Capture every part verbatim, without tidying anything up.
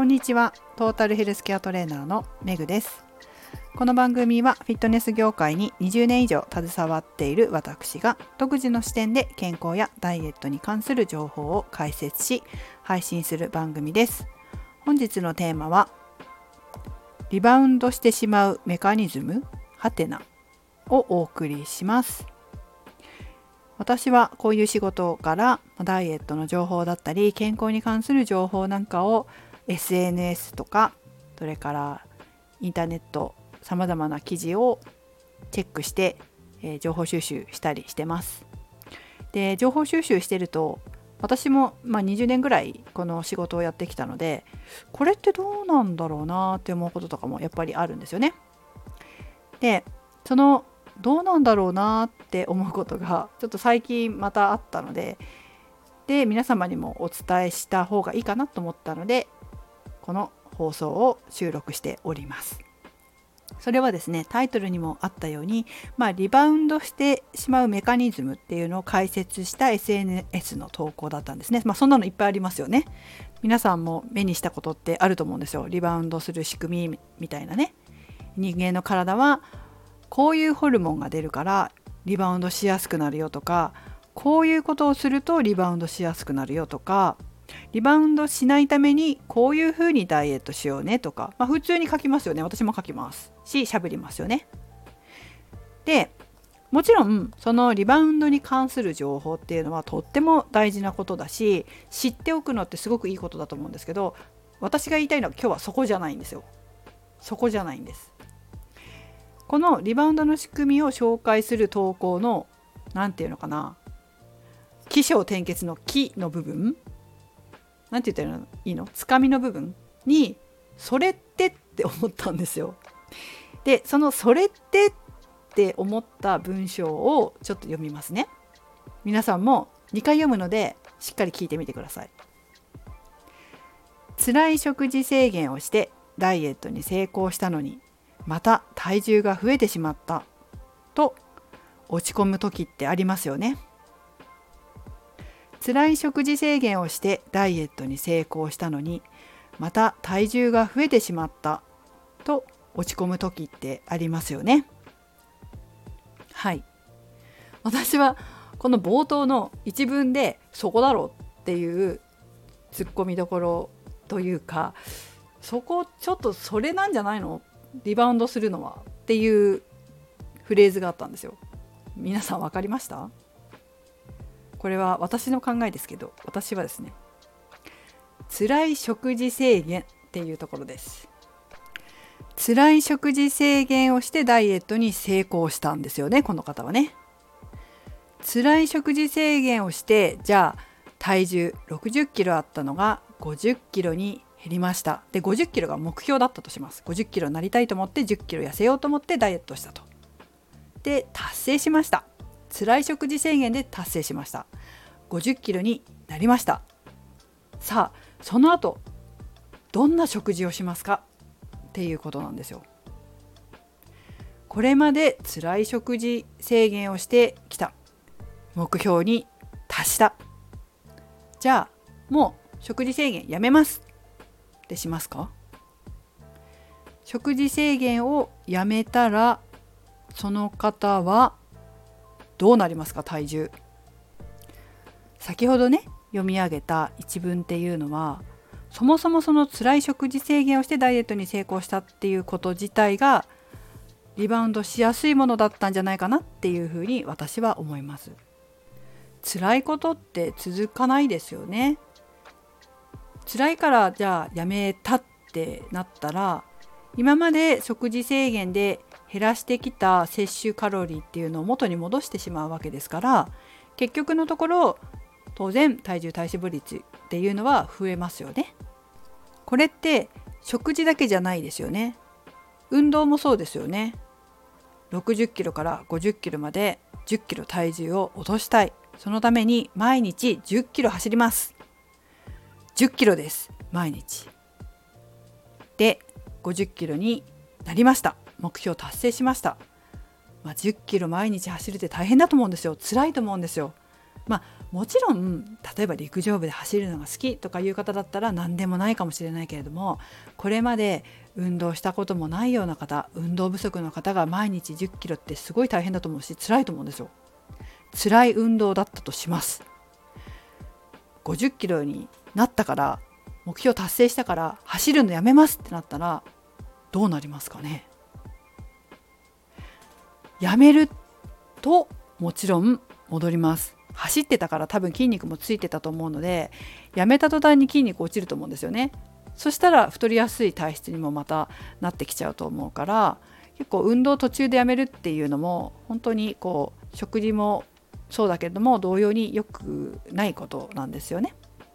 んにちは。トータルヘルスケアトレーナーのメグです。この番組はフィットネス業界ににじゅうねん以上携わっている私が独自の視点で健康やダイエットに関する情報を解説し配信する番組です。本日のテーマはリバウンドしてしまうメカニズムハテナをお送りします。私はこういう仕事からダイエットの情報だったり健康に関する情報なんかを エスエヌエス とかそれからインターネットさまざまな記事をチェックして、えー、情報収集したりしてます。で、情報収集してると私も、まあ、にじゅうねんぐらいこの仕事をやってきたのでこれってどうなんだろうなって思うこととかもやっぱりあるんですよね。で、そのどうなんだろうなって思うことがちょっと最近またあったのでで皆様にもお伝えした方がいいかなと思ったのでこの放送を収録しております。それはですね、タイトルにもあったように、まあ、リバウンドしてしまうメカニズムっていうのを解説した エスエヌエス の投稿だったんですね。まあ、そんなのいっぱいありますよね。皆さんも目にしたことってあると思うんですよ。リバウンドする仕組みみたいなね。人間の体はこういうホルモンが出るからリバウンドしやすくなるよとか、こういうことをするとリバウンドしやすくなるよとか、リバウンドしないためにこういうふうにダイエットしようねとか、まあ、普通に書きますよね。私も書きますし喋りますよね。で、もちろんそのリバウンドに関する情報っていうのはとっても大事なことだし知っておくのってすごくいいことだと思うんですけど、私が言いたいのは今日はそこじゃないんですよ。そこじゃないんです。このリバウンドの仕組みを紹介する投稿のなんていうのかな、起承転結の起の部分、なんて言ったらいいの、つかみの部分にそれってって思ったんですよ。で、そのそれってって思った文章をちょっと読みますね。皆さんもにかい読むのでしっかり聞いてみてください。辛い食事制限をしてダイエットに成功したのにまた体重が増えてしまったと落ち込む時ってありますよね。辛い食事制限をしてダイエットに成功したのにまた体重が増えてしまったと落ち込む時ってありますよね。はい。私はこの冒頭の一文でそこだろうっていうツッコミどころというか、そこちょっとそれなんじゃないの、リバウンドするのはっていうフレーズがあったんですよ。皆さん分かりました？これは私の考えですけど、私はですね、辛い食事制限っていうところです。辛い食事制限をしてダイエットに成功したんですよね、この方はね。辛い食事制限をしてじゃあ体重ろくじゅっキロあったのがごじゅっキロに減りました。で、ごじゅっキロが目標だったとします。ごじゅっキロになりたいと思ってじゅっキロ痩せようと思ってダイエットしたと。で、達成しました。辛い食事制限で達成しました。ごじゅっキロになりました。さあ、その後どんな食事をしますかっていうことなんですよ。これまで辛い食事制限をしてきた。目標に達した。じゃあもう食事制限やめますってしますか？食事制限をやめたらその方はどうなりますか？体重。先ほどね読み上げた一文っていうのはそもそもその辛い食事制限をしてダイエットに成功したっていうこと自体がリバウンドしやすいものだったんじゃないかなっていうふうに私は思います。辛いことって続かないですよね。辛いからじゃあやめたってなったら今まで食事制限で減らしてきた摂取カロリーっていうのを元に戻してしまうわけですから、結局のところ当然体重体脂肪率っていうのは増えますよね。これって食事だけじゃないですよね。運動もそうですよね。ろくじゅっキロからごじゅっキロまでじゅっキロ体重を落としたい。そのために毎日じゅっキロ走ります。じゅっキロです。毎日。で、ごじゅっキロになりました。目標達成しました。まあ、じゅっキロ毎日走るって大変だと思うんですよ。辛いと思うんですよ。 まあもちろん例えば陸上部で走るのが好きとかいう方だったら何でもないかもしれないけれども、これまで運動したこともないような方、運動不足の方が毎日じゅっキロってすごい大変だと思うし辛いと思うんですよ。辛い運動だったとします。ごじゅっキロになったから目標達成したから走るのやめますってなったらどうなりますかね。やめるともちろん戻ります。走ってたから多分筋肉もついてたと思うので、やめた途端に筋肉落ちると思うんですよね。そしたら太りやすい体質にもまたなってきちゃうと思うから、結構運動途中でやめるっていうのも本当にこう食事もそうだけれども同様に良くないことなんですよね。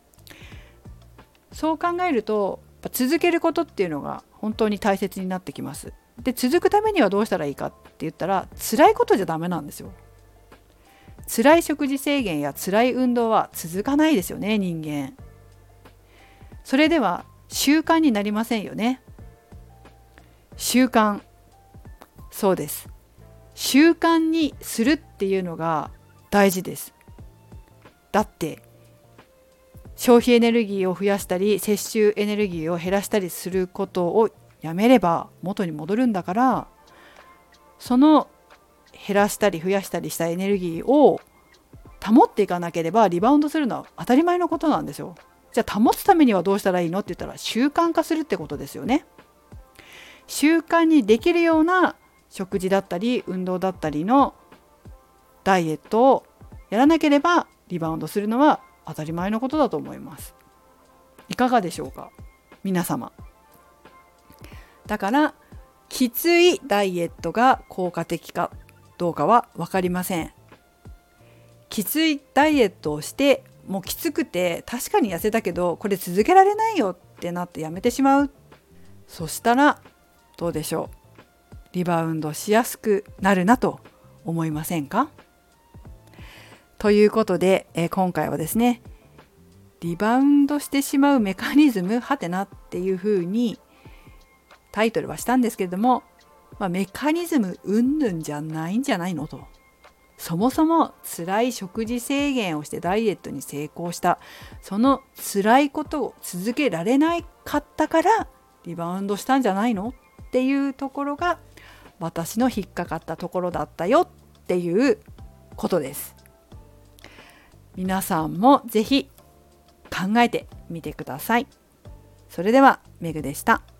そう考えると続けることっていうのが本当に大切になってきます。で、続くためにはどうしたらいいかって言ったら、辛いことじゃダメなんですよ。辛い食事制限や辛い運動は続かないですよね、人間。それでは習慣になりませんよね。習慣、そうです。習慣にするっていうのが大事です。だって消費エネルギーを増やしたり摂取エネルギーを減らしたりすることをやめれば元に戻るんだから、その減らしたり増やしたりしたエネルギーを保っていかなければリバウンドするのは当たり前のことなんですよ。じゃあ保つためにはどうしたらいいのって言ったら習慣化するってことですよね。習慣にできるような食事だったり運動だったりのダイエットをやらなければリバウンドするのは当たり前のことだと思います。いかがでしょうか皆様。だからきついダイエットが効果的かどうかは分かりません。きついダイエットをしてもうきつくて確かに痩せたけどこれ続けられないよってなってやめてしまう。そしたらどうでしょう、リバウンドしやすくなるなと思いませんか。ということで、えー、今回はですね、リバウンドしてしまうメカニズムはてなっていうふうにタイトルはしたんですけれども、まあ、メカニズムうんぬんじゃないんじゃないのと。そもそも辛い食事制限をしてダイエットに成功した、その辛いことを続けられなかったからリバウンドしたんじゃないのっていうところが私の引っかかったところだったよっていうことです。皆さんもぜひ考えてみてください。それではメグでした。